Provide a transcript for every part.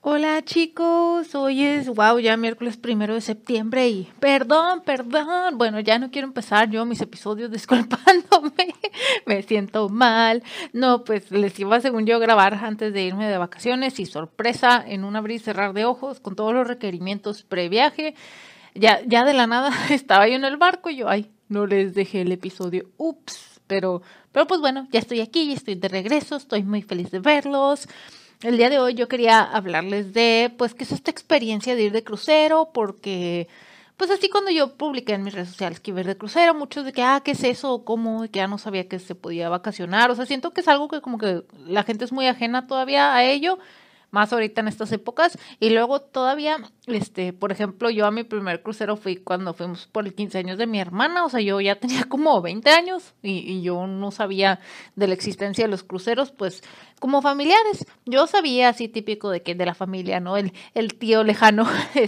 Hola chicos, hoy es, wow, ya miércoles 1 de septiembre y perdón, bueno, ya no quiero empezar yo mis episodios disculpándome, me siento mal, no, pues les iba según yo a grabar antes de irme de vacaciones y sorpresa, en un abrir y cerrar de ojos, con todos los requerimientos previaje, ya de la nada estaba yo en el barco y yo, ay, no les dejé el episodio, ups, pero pues bueno, ya estoy aquí, ya estoy de regreso, estoy muy feliz de verlos. El día de hoy yo quería hablarles de, pues, qué es esta experiencia de ir de crucero, porque, pues, así cuando yo publiqué en mis redes sociales que iba a ir de crucero, muchos de que, ¿qué es eso? ¿Cómo? Que ya no sabía que se podía vacacionar. O sea, siento que es algo que como que la gente es muy ajena todavía a ello, más ahorita en estas épocas. Y luego todavía, por ejemplo, yo a mi primer crucero fui cuando fuimos por el 15 años de mi hermana, o sea, yo ya tenía como 20 años y yo no sabía de la existencia de los cruceros, pues como familiares. Yo sabía así típico de que de la familia, ¿no? El tío lejano,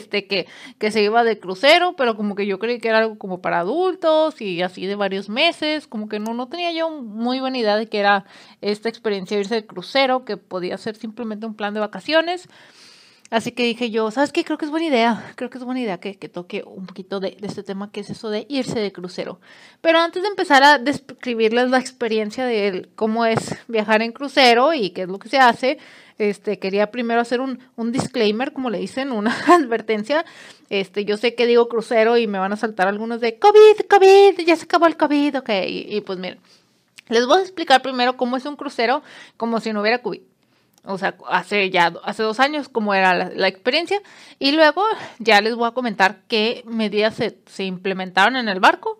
que se iba de crucero, pero como que yo creí que era algo como para adultos y así de varios meses, como que no tenía yo muy buena idea de que era esta experiencia de irse de crucero, que podía ser simplemente un plan de vacaciones. Así que dije yo, ¿sabes qué? Creo que es buena idea. Creo que es buena idea que toque un poquito de este tema que es eso de irse de crucero. Pero antes de empezar a describirles la experiencia de cómo es viajar en crucero y qué es lo que se hace, quería primero hacer un disclaimer, como le dicen, una advertencia. Yo sé que digo crucero y me van a saltar algunos de COVID, ya se acabó el COVID, ok. Y pues miren, les voy a explicar primero cómo es un crucero, como si no hubiera COVID. O sea, hace 2 años cómo era la experiencia. Y luego ya les voy a comentar qué medidas se implementaron en el barco,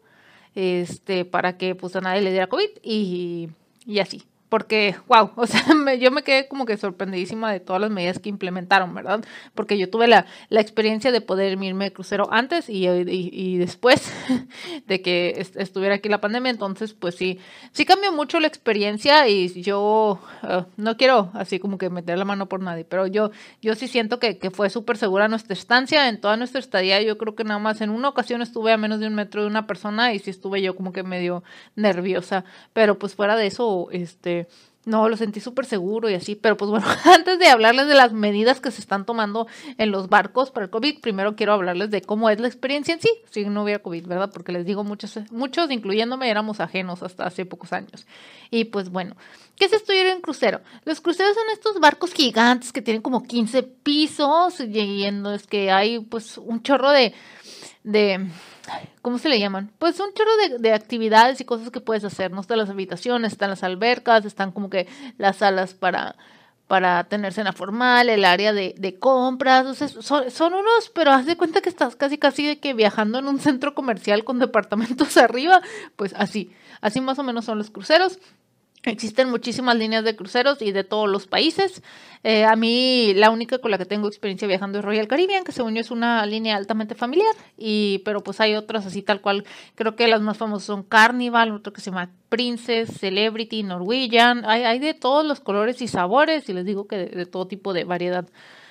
para que pues a nadie le diera COVID y así. Porque, wow, o sea, yo me quedé como que sorprendidísima de todas las medidas que implementaron, ¿verdad? Porque yo tuve la experiencia de poder irme de crucero antes y después de que estuviera aquí la pandemia, entonces pues sí cambió mucho la experiencia y yo no quiero así como que meter la mano por nadie, pero yo sí siento que fue súper segura nuestra estancia, en toda nuestra estadía. Yo creo que nada más en una ocasión estuve a menos de 1 metro de una persona y sí estuve yo como que medio nerviosa, pero pues fuera de eso, no, lo sentí súper seguro y así, pero pues bueno, antes de hablarles de las medidas que se están tomando en los barcos para el COVID, primero quiero hablarles de cómo es la experiencia en sí, si no hubiera COVID, ¿verdad? Porque les digo, muchos, incluyéndome, éramos ajenos hasta hace pocos años. Y pues bueno, ¿qué es esto ir en crucero? Los cruceros son estos barcos gigantes que tienen como 15 pisos y en los que hay pues un chorro de ¿cómo se le llaman? Pues un chorro de actividades y cosas que puedes hacer, ¿no? Están las habitaciones, están las albercas, están como que las salas para tener cena formal, el área de compras, o sea, son unos, pero haz de cuenta que estás casi de que viajando en un centro comercial con departamentos arriba, pues así más o menos son los cruceros. Existen muchísimas líneas de cruceros y de todos los países. A mí la única con la que tengo experiencia viajando es Royal Caribbean, que según yo es una línea altamente familiar, pero pues hay otras así tal cual. Creo que las más famosas son Carnival, otro que se llama Princess, Celebrity, Norwegian. Hay de todos los colores y sabores y les digo que de todo tipo de variedad.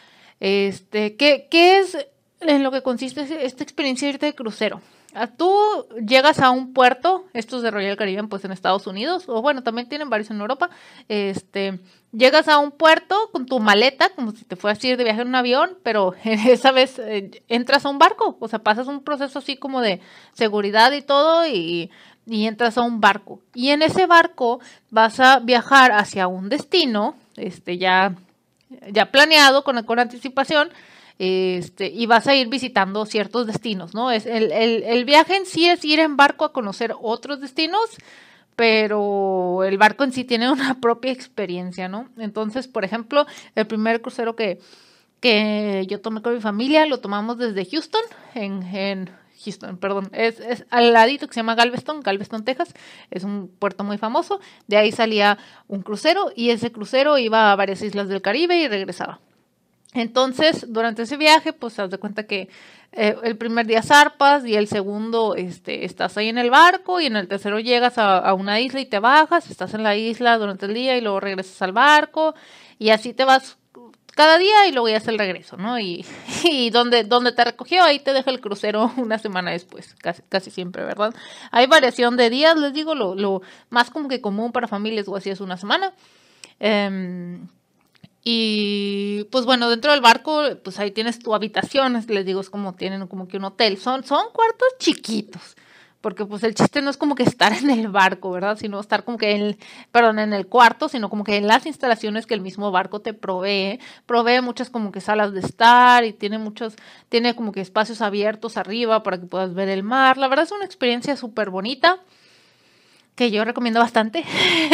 ¿Qué es en lo que consiste esta experiencia de irte de crucero? Tú llegas a un puerto, estos de Royal Caribbean, pues en Estados Unidos, o bueno, también tienen varios en Europa. Llegas a un puerto con tu maleta, como si te fueras a ir de viaje en un avión, pero esa vez entras a un barco, o sea, pasas un proceso así como de seguridad y todo, y entras a un barco. Y en ese barco vas a viajar hacia un destino, ya planeado con anticipación, y vas a ir visitando ciertos destinos, ¿no? El viaje en sí es ir en barco a conocer otros destinos, pero el barco en sí tiene una propia experiencia, ¿no? Entonces, por ejemplo, el primer crucero que yo tomé con mi familia, lo tomamos desde Houston, en Houston, perdón, es al ladito que se llama Galveston, Texas, es un puerto muy famoso. De ahí salía un crucero y ese crucero iba a varias islas del Caribe y regresaba. Entonces, durante ese viaje, pues haz de cuenta que el primer día zarpas y el segundo estás ahí en el barco y en el tercero llegas a una isla y te bajas, estás en la isla durante el día y luego regresas al barco y así te vas cada día y luego ya es el regreso, ¿no? Y donde te recogió, ahí te deja el crucero una semana después, casi siempre, ¿verdad? Hay variación de días, les digo, lo más como que común para familias o así es una semana. Y pues bueno, dentro del barco, pues ahí tienes tu habitación, les digo, es como tienen como que un hotel. Son cuartos chiquitos, porque pues el chiste no es como que estar en el barco, ¿verdad? Sino estar como que perdón, en el cuarto, sino como que en las instalaciones que el mismo barco te provee. Provee muchas como que salas de estar y tiene como que espacios abiertos arriba para que puedas ver el mar. La verdad es una experiencia súper bonita que yo recomiendo bastante.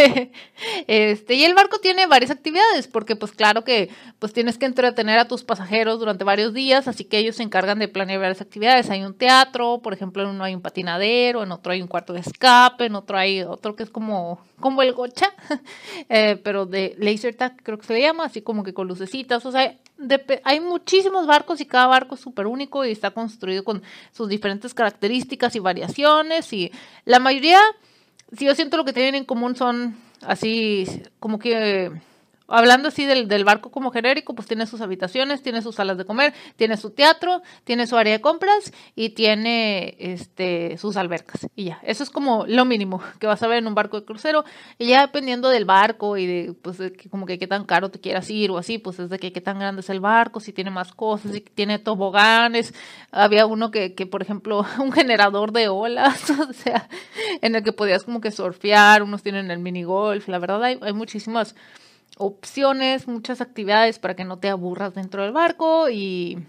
Y el barco tiene varias actividades, porque pues claro que pues tienes que entretener a tus pasajeros durante varios días, así que ellos se encargan de planear varias actividades. Hay un teatro, por ejemplo, en uno hay un patinadero, en otro hay un cuarto de escape, en otro hay otro que es como el gocha, pero de laser tag creo que se le llama, así como que con lucecitas, o sea, hay muchísimos barcos y cada barco es súper único y está construido con sus diferentes características y variaciones y la mayoría sí, yo siento lo que tienen en común son así, como que, hablando así del barco como genérico, pues tiene sus habitaciones, tiene sus salas de comer, tiene su teatro, tiene su área de compras y tiene sus albercas. Y ya, eso es como lo mínimo que vas a ver en un barco de crucero. Y ya dependiendo del barco y de, pues, como que qué tan caro te quieras ir o así, pues es de que qué tan grande es el barco, si tiene más cosas, si tiene toboganes. Había uno que por ejemplo, un generador de olas, o sea, en el que podías como que surfear, unos tienen el mini golf, la verdad hay muchísimas opciones, muchas actividades para que no te aburras dentro del barco y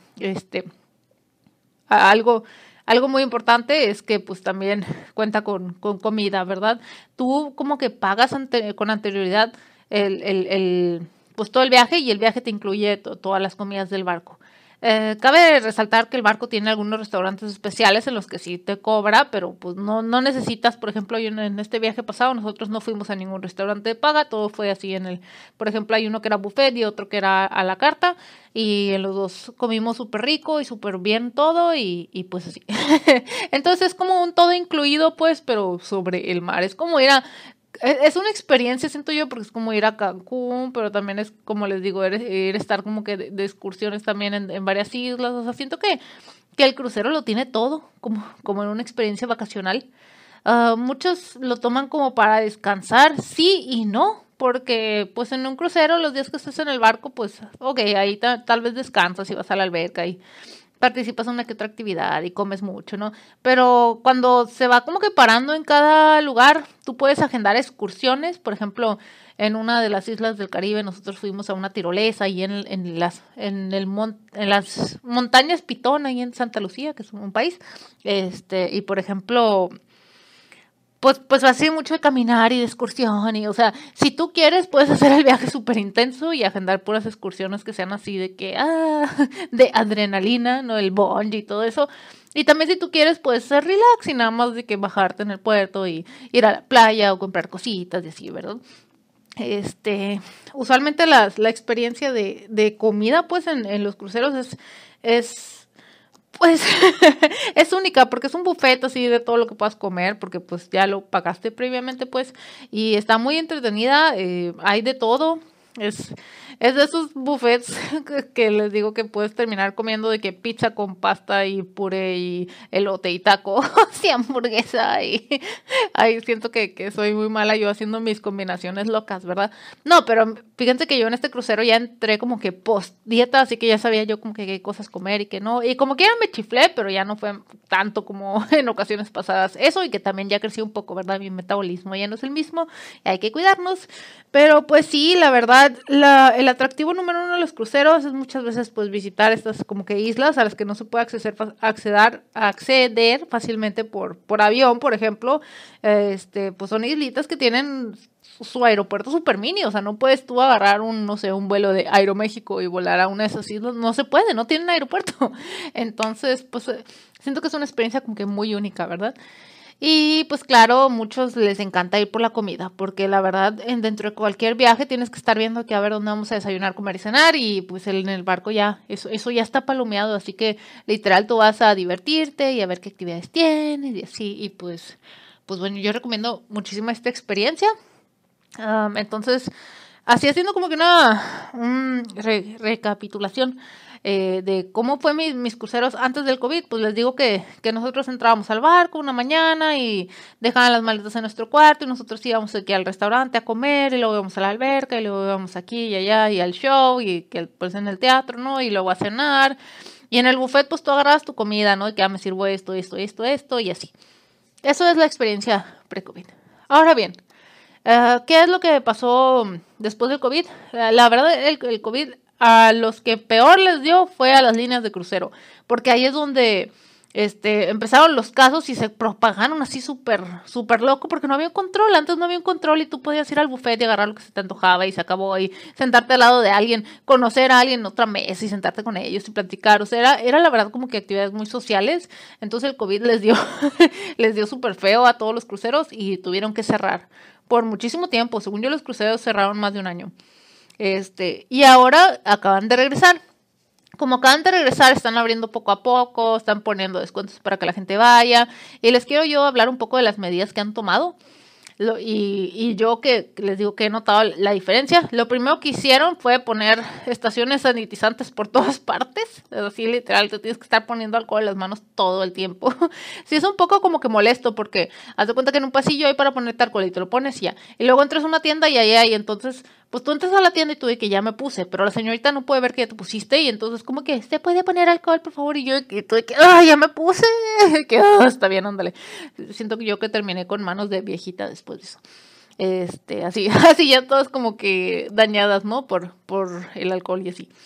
algo, algo muy importante es que pues también cuenta con comida, ¿verdad? Tú como que pagas con anterioridad pues todo el viaje y el viaje te incluye todas las comidas del barco. Cabe resaltar que el barco tiene algunos restaurantes especiales en los que sí te cobra, pero pues no necesitas, por ejemplo, yo en este viaje pasado nosotros no fuimos a ningún restaurante de paga, todo fue así por ejemplo, hay uno que era buffet y otro que era a la carta y en los dos comimos súper rico y súper bien todo y pues así. Entonces es como un todo incluido pues, pero sobre el mar, es como ir a es una experiencia, siento yo, porque es como ir a Cancún, pero también es, como les digo, ir a estar como que de excursiones también en varias islas. O sea, siento que el crucero lo tiene todo, como en una experiencia vacacional. Muchos lo toman como para descansar, sí y no, porque pues en un crucero los días que estés en el barco, pues ok, ahí tal vez descansas y vas a la alberca y participas en una que otra actividad y comes mucho, ¿no? Pero cuando se va como que parando en cada lugar, tú puedes agendar excursiones, por ejemplo, en una de las islas del Caribe nosotros fuimos a una tirolesa y en las montañas Pitón, ahí en Santa Lucía, que es un país, y por ejemplo, pues así mucho de caminar y de excursión y, o sea, si tú quieres puedes hacer el viaje súper intenso y agendar puras excursiones que sean así de que, de adrenalina, ¿no? El bungee y todo eso. Y también si tú quieres puedes hacer relax y nada más de que bajarte en el puerto y ir a la playa o comprar cositas y así, ¿verdad? Usualmente la experiencia de comida pues en los cruceros es pues es única porque es un buffet así de todo lo que puedas comer porque pues ya lo pagaste previamente pues y está muy entretenida, hay de todo, es, es de esos buffets que les digo que puedes terminar comiendo de que pizza con pasta y puré y elote y taco y hamburguesa y ahí siento que soy muy mala yo haciendo mis combinaciones locas, ¿verdad? No, pero fíjense que yo en este crucero ya entré como que post dieta, así que ya sabía yo como que qué cosas comer y qué no. Y como que ya me chiflé, pero ya no fue tanto como en ocasiones pasadas. Eso y que también ya crecí un poco, ¿verdad? Mi metabolismo ya no es el mismo y hay que cuidarnos. Pero pues sí, la verdad, el atractivo número uno de los cruceros es muchas veces pues visitar estas como que islas a las que no se puede acceder fácilmente por avión, por ejemplo. Pues son islitas que tienen su aeropuerto super mini, o sea, no puedes tú agarrar no sé, un vuelo de Aeroméxico y volar a una de esas islas, no se puede, no tienen aeropuerto. Entonces, pues siento que es una experiencia como que muy única, ¿verdad? Y pues claro, muchos les encanta ir por la comida, porque la verdad, dentro de cualquier viaje tienes que estar viendo que a ver dónde vamos a desayunar, comer y cenar, y pues en el barco ya, eso ya está palomeado, así que literal tú vas a divertirte y a ver qué actividades tienes y así, y pues bueno, yo recomiendo muchísimo esta experiencia. Entonces, así haciendo como que una recapitulación de cómo fue mis cruceros antes del COVID, pues les digo que nosotros entrábamos al barco una mañana y dejaban las maletas en nuestro cuarto y nosotros íbamos aquí al restaurante a comer y luego íbamos a la alberca y luego íbamos aquí y allá y al show y que pues en el teatro, ¿no? Y luego a cenar. Y en el buffet pues tú agarrabas tu comida, ¿no? Y que me sirvo esto y así. Eso es la experiencia pre-COVID. Ahora bien, ¿qué es lo que pasó después del COVID? La verdad, el COVID a los que peor les dio fue a las líneas de crucero, porque ahí es donde empezaron los casos y se propagaron así súper loco, porque no había un control. Antes no había un control y tú podías ir al buffet y agarrar lo que se te antojaba y se acabó ahí, sentarte al lado de alguien, conocer a alguien en otra mesa y sentarte con ellos y platicar. O sea, era la verdad como que actividades muy sociales. Entonces el COVID les dio les dio súper feo a todos los cruceros y tuvieron que cerrar por muchísimo tiempo. Según yo, los cruceros cerraron más de un año. Y ahora acaban de regresar. Como acaban de regresar, están abriendo poco a poco, están poniendo descuentos para que la gente vaya. Y les quiero yo hablar un poco de las medidas que han tomado. Y yo que les digo que he notado la diferencia. Lo primero que hicieron fue poner estaciones sanitizantes por todas partes. Así literal, te tienes que estar poniendo alcohol en las manos todo el tiempo. Sí, es un poco como que molesto porque haz de cuenta que en un pasillo hay para ponerte alcohol y te lo pones y ya. Y luego entras a una tienda y ahí hay, entonces pues tú entras a la tienda y tú de que ya me puse, pero la señorita no puede ver que ya te pusiste y entonces como que, ¿se puede poner alcohol, por favor? Y yo y tú de que, ¡ah, ya me puse! Que está bien, ándale. Siento que yo que terminé con manos de viejita después de eso. Así ya todas como que dañadas, ¿no? Por el alcohol y así.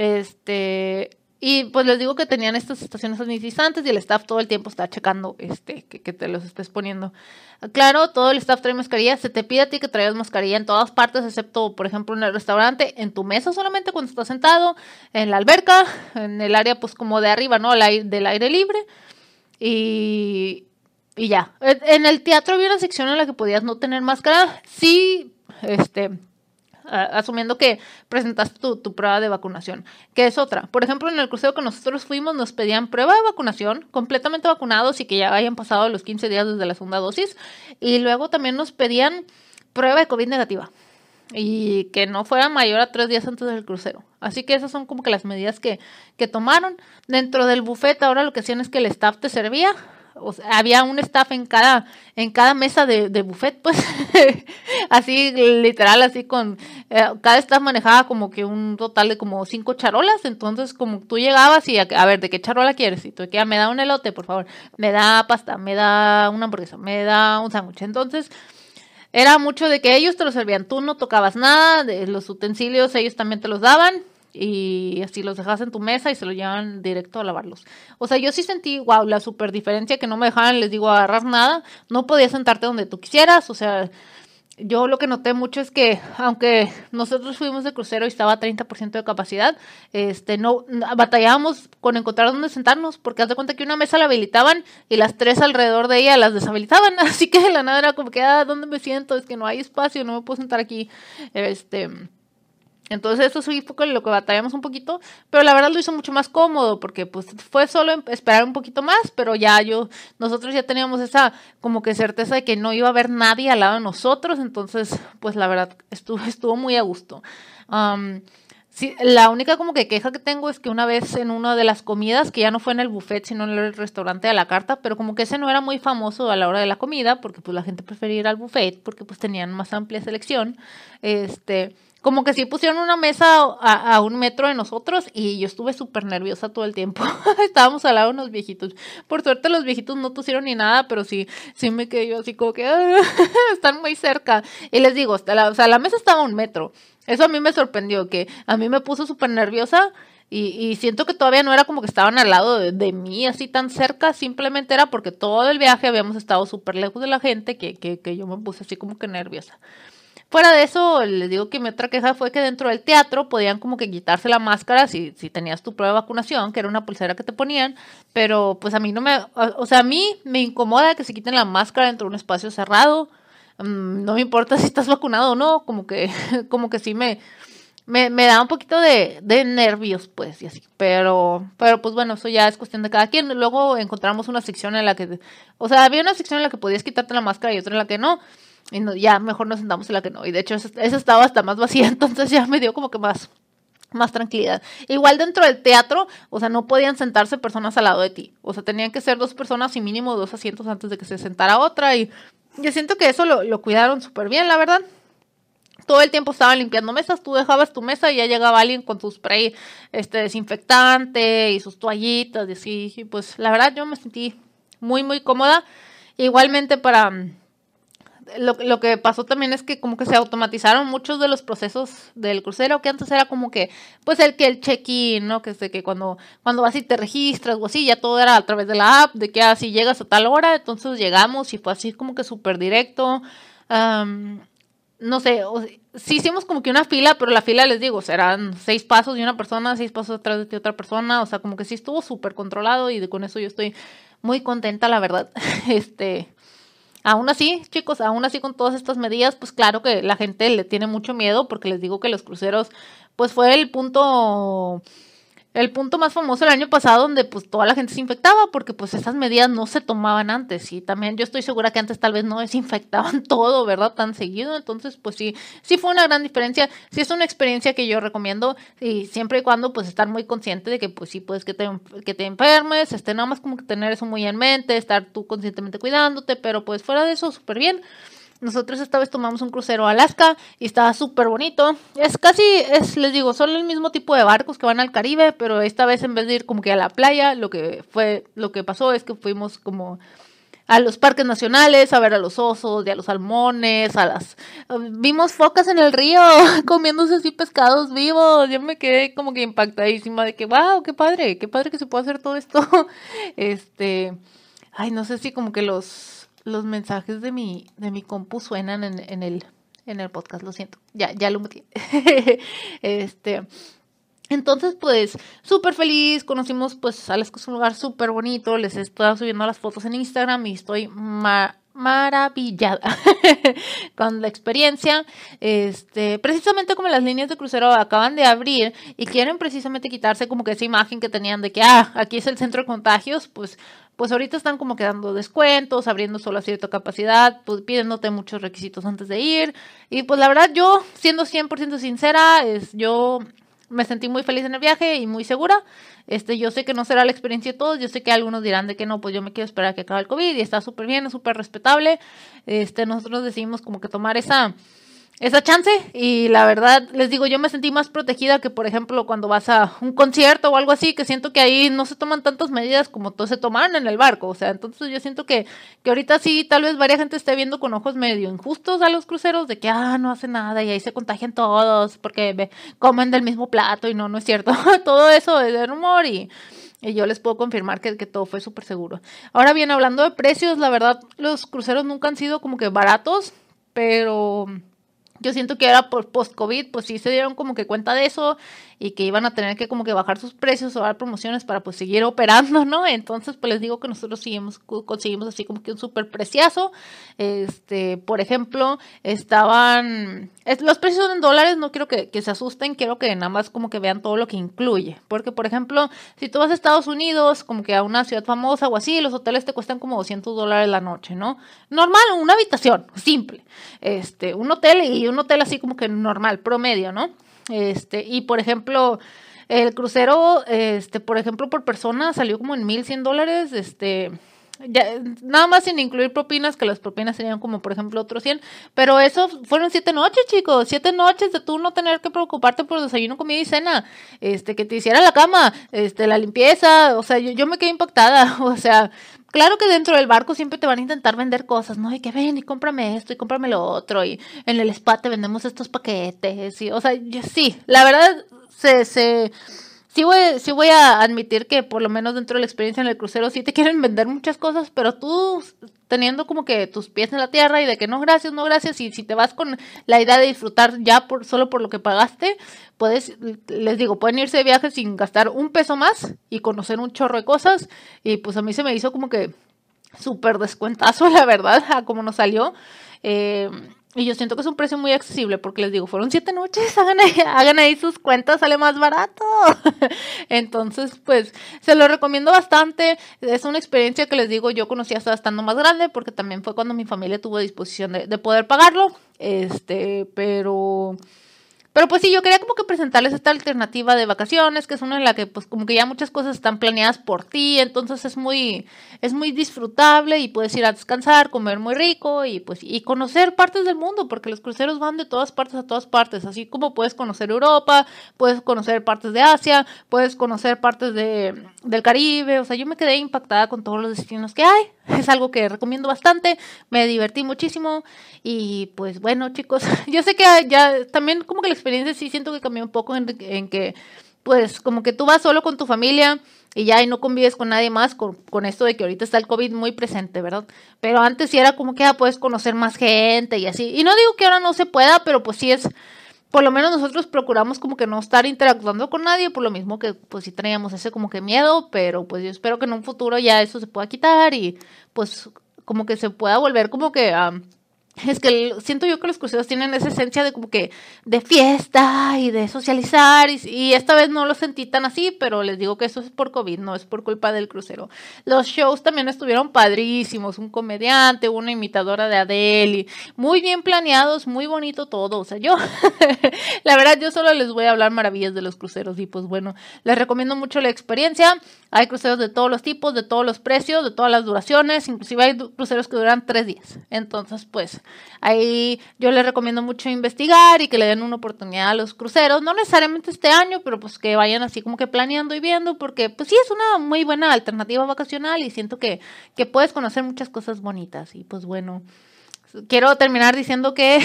Y pues les digo que tenían estas estaciones sanitizantes y el staff todo el tiempo está checando que te los estés poniendo. Claro, todo el staff trae mascarilla. Se te pide a ti que traigas mascarilla en todas partes, excepto, por ejemplo, en el restaurante, en tu mesa solamente cuando estás sentado, en la alberca, en el área pues como de arriba, ¿no? Del aire libre. Y ya. En el teatro había una sección en la que podías no tener máscara. Sí, asumiendo que presentaste tu prueba de vacunación, que es otra. Por ejemplo, en el crucero que nosotros fuimos nos pedían prueba de vacunación, completamente vacunados y que ya hayan pasado los 15 días desde la segunda dosis. Y luego también nos pedían prueba de COVID negativa y que no fuera mayor a 3 días antes del crucero. Así que esas son como que las medidas que tomaron. Dentro del buffet ahora lo que hacían es que el staff te servía. O sea, había un staff en cada mesa de buffet, pues, así literal, así con, cada staff manejaba como que un total de como 5 charolas, entonces como tú llegabas y a ver, ¿de qué charola quieres? Y tú, que me da un elote, por favor, me da pasta, me da una hamburguesa, me da un sándwich, entonces era mucho de que ellos te lo servían, tú no tocabas nada, de los utensilios ellos también te los daban, y así los dejabas en tu mesa y se los llevaban directo a lavarlos. O sea, yo sí sentí, wow, la super diferencia que no me dejaban, les digo, agarrar nada. No podías sentarte donde tú quisieras. O sea, yo lo que noté mucho es que, aunque nosotros fuimos de crucero y estaba a 30% de capacidad, no batallábamos con encontrar dónde sentarnos, porque haz de cuenta que una mesa la habilitaban y las 3 alrededor de ella las deshabilitaban. Así que de la nada era como que, ¿dónde me siento? Es que no hay espacio, no me puedo sentar aquí. Entonces eso sí fue con lo que batallamos un poquito, pero la verdad lo hizo mucho más cómodo porque pues fue solo esperar un poquito más, pero nosotros ya teníamos esa como que certeza de que no iba a haber nadie al lado de nosotros, entonces pues la verdad estuvo muy a gusto. Sí, la única como que queja que tengo es que una vez en una de las comidas, que ya no fue en el buffet, sino en el restaurante a la carta, pero como que ese no era muy famoso a la hora de la comida, porque pues la gente prefería ir al buffet, porque pues tenían más amplia selección, como que sí pusieron una mesa a 1 metro de nosotros y yo estuve súper nerviosa todo el tiempo. Estábamos al lado de unos viejitos. Por suerte los viejitos no tosieron ni nada, pero sí me quedé yo así como que están muy cerca. Y les digo, la mesa estaba a 1 metro. Eso a mí me sorprendió, que a mí me puso súper nerviosa y siento que todavía no era como que estaban al lado de mí así tan cerca, simplemente era porque todo el viaje habíamos estado súper lejos de la gente que yo me puse así como que nerviosa. Fuera de eso, les digo que mi otra queja fue que dentro del teatro podían como que quitarse la máscara si tenías tu prueba de vacunación, que era una pulsera que te ponían, pero pues a mí a mí me incomoda que se quiten la máscara dentro de un espacio cerrado. No me importa si estás vacunado o no, como que sí me da un poquito de nervios, pues, y así. Pero pues bueno, eso ya es cuestión de cada quien. Luego encontramos una sección en la que, o sea, había una sección en la que podías quitarte la máscara y otra en la que no. y no, ya mejor nos sentamos en la que no. Y de hecho esa estaba hasta más vacía, entonces ya me dio como que más tranquilidad. Igual dentro del teatro, o sea, no podían sentarse personas al lado de ti. O sea, tenían que ser 2 personas y mínimo 2 asientos antes de que se sentara otra. Y yo siento que eso lo cuidaron súper bien, la verdad. Todo el tiempo estaban limpiando mesas, tú dejabas tu mesa y ya llegaba alguien con su spray desinfectante y sus toallitas y así. Y pues la verdad yo me sentí muy cómoda. Igualmente para lo que pasó también es que como que se automatizaron muchos de los procesos del crucero, que antes era como que, pues el check-in, ¿no? Que es de que cuando vas y te registras o así, ya todo era a través de la app, de que así llegas a tal hora, entonces llegamos y fue así como que súper directo. No sé, sí hicimos como que una fila, pero la fila, les digo, serán 6 pasos de una persona, 6 pasos atrás de otra persona, o sea, como que sí estuvo súper controlado y con eso yo estoy muy contenta, la verdad. Aún así, chicos, aún así con todas estas medidas, pues claro que la gente le tiene mucho miedo porque les digo que los cruceros, pues fue el punto más famoso el año pasado donde pues toda la gente se infectaba porque pues esas medidas no se tomaban antes y también yo estoy segura que antes tal vez no desinfectaban todo, ¿verdad? Tan seguido, entonces pues sí fue una gran diferencia, sí es una experiencia que yo recomiendo y siempre y cuando pues estar muy consciente de que pues sí puedes que te enfermes, nada más como que tener eso muy en mente, estar tú conscientemente cuidándote, pero pues fuera de eso súper bien. Nosotros esta vez tomamos un crucero a Alaska y estaba súper bonito. Les digo, son el mismo tipo de barcos que van al Caribe, pero esta vez en vez de ir como que a la playa, lo que pasó es que fuimos como a los parques nacionales, a ver a los osos y a los salmones, vimos focas en el río, comiéndose así pescados vivos. Yo me quedé como que impactadísima de que, wow, qué padre que se puede hacer todo esto. Ay, no sé si como que los mensajes de mi compu suenan en el podcast, lo siento. Ya lo metí. este, entonces, pues, súper feliz, conocimos, pues, Alaska es un lugar súper bonito, les estoy subiendo las fotos en Instagram y estoy maravillada con la experiencia. Precisamente como las líneas de crucero acaban de abrir y quieren precisamente quitarse como que esa imagen que tenían de que, aquí es el centro de contagios, pues ahorita están como que dando descuentos, abriendo solo a cierta capacidad, pues pidiéndote muchos requisitos antes de ir. Y pues la verdad yo, siendo 100% sincera, yo me sentí muy feliz en el viaje y muy segura. Yo sé que no será la experiencia de todos, yo sé que algunos dirán de que no, pues yo me quiero esperar a que acabe el COVID y está súper bien, es súper respetable. Nosotros decidimos como que tomar esa chance y la verdad, les digo, yo me sentí más protegida que, por ejemplo, cuando vas a un concierto o algo así, que siento que ahí no se toman tantas medidas como se tomaron en el barco, o sea, entonces yo siento que ahorita sí, tal vez varias gente esté viendo con ojos medio injustos a los cruceros, de que, no hace nada y ahí se contagian todos porque comen del mismo plato y no es cierto, todo eso es de rumor y yo les puedo confirmar que todo fue súper seguro. Ahora bien, hablando de precios, la verdad, los cruceros nunca han sido como que baratos, pero yo siento que ahora por post-COVID, pues sí se dieron como que cuenta de eso y que iban a tener que como que bajar sus precios o dar promociones para pues seguir operando, ¿no? Entonces, pues les digo que nosotros conseguimos así como que un súper preciazo. Por ejemplo, los precios son en dólares, no quiero que se asusten, quiero que nada más como que vean todo lo que incluye. Porque, por ejemplo, si tú vas a Estados Unidos, como que a una ciudad famosa o así, los hoteles te cuestan como $200 la noche, ¿no? Normal, una habitación, simple. Un hotel así como que normal, promedio, ¿no? Y por ejemplo, el crucero, por ejemplo, por persona salió como en $1,100, ya, nada más sin incluir propinas, que las propinas serían como, por ejemplo, otros 100, pero eso fueron 7 noches, chicos, 7 noches de tú no tener que preocuparte por desayuno, comida y cena, que te hiciera la cama, la limpieza, o sea, yo me quedé impactada, o sea, claro que dentro del barco siempre te van a intentar vender cosas, ¿no? Y que ven y cómprame esto y cómprame lo otro. Y en el spa te vendemos estos paquetes. Y, o sea, sí, la verdad, sí voy a admitir que por lo menos dentro de la experiencia en el crucero sí te quieren vender muchas cosas, pero tú teniendo como que tus pies en la tierra y de que no gracias, no gracias, y si te vas con la idea de disfrutar ya solo por lo que pagaste, les digo, pueden irse de viaje sin gastar un peso más y conocer un chorro de cosas, y pues a mí se me hizo como que súper descuentazo, la verdad, a cómo nos salió. Y yo siento que es un precio muy accesible porque les digo, fueron 7 noches, hagan ahí sus cuentas, sale más barato. Entonces, pues, se lo recomiendo bastante. Es una experiencia que les digo, yo conocí hasta estando más grande porque también fue cuando mi familia tuvo disposición de poder pagarlo. Pero pues sí, yo quería como que presentarles esta alternativa de vacaciones, que es una en la que pues como que ya muchas cosas están planeadas por ti, entonces es muy disfrutable y puedes ir a descansar, comer muy rico y pues y conocer partes del mundo, porque los cruceros van de todas partes a todas partes, así como puedes conocer Europa, puedes conocer partes de Asia, puedes conocer partes del Caribe, o sea, yo me quedé impactada con todos los destinos que hay, es algo que recomiendo bastante, me divertí muchísimo y pues bueno chicos, yo sé que ya también como que la experiencia sí siento que cambió un poco en que pues como que tú vas solo con tu familia y ya y no convives con nadie más con esto de que ahorita está el COVID muy presente, ¿verdad? Pero antes sí era como que puedes conocer más gente y así. Y no digo que ahora no se pueda, pero pues sí es, por lo menos nosotros procuramos como que no estar interactuando con nadie, por lo mismo que pues sí teníamos ese como que miedo, pero pues yo espero que en un futuro ya eso se pueda quitar y pues como que se pueda volver como que es que siento yo que los cruceros tienen esa esencia de como que de fiesta y de socializar y esta vez no lo sentí tan así, pero les digo que eso es por COVID, no es por culpa del crucero. Los shows también estuvieron padrísimos, un comediante, una imitadora de Adele, y muy bien planeados, muy bonito todo, o sea, yo la verdad yo solo les voy a hablar maravillas de los cruceros y pues bueno, les recomiendo mucho la experiencia. Hay cruceros de todos los tipos, de todos los precios, de todas las duraciones, inclusive hay cruceros que duran 3 días. Entonces, pues, ahí yo les recomiendo mucho investigar y que le den una oportunidad a los cruceros, no necesariamente este año, pero pues que vayan así como que planeando y viendo, porque pues sí es una muy buena alternativa vacacional y siento que puedes conocer muchas cosas bonitas. Y pues bueno, quiero terminar diciendo que,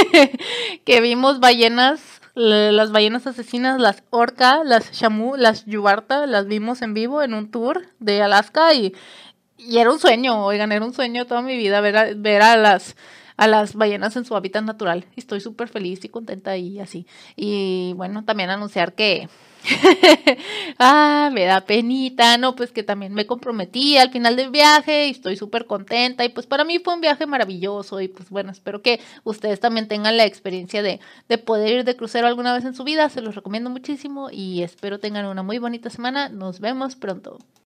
que vimos ballenas, las ballenas asesinas, las orca, las shamu, las yubarta, las vimos en vivo en un tour de Alaska y era un sueño, oigan, era un sueño toda mi vida ver a las ballenas en su hábitat natural. Estoy súper feliz y contenta y así. Y bueno, también anunciar que me da penita, no, pues que también me comprometí al final del viaje y estoy súper contenta y pues para mí fue un viaje maravilloso y pues bueno, espero que ustedes también tengan la experiencia de poder ir de crucero alguna vez en su vida, se los recomiendo muchísimo y espero tengan una muy bonita semana, nos vemos pronto.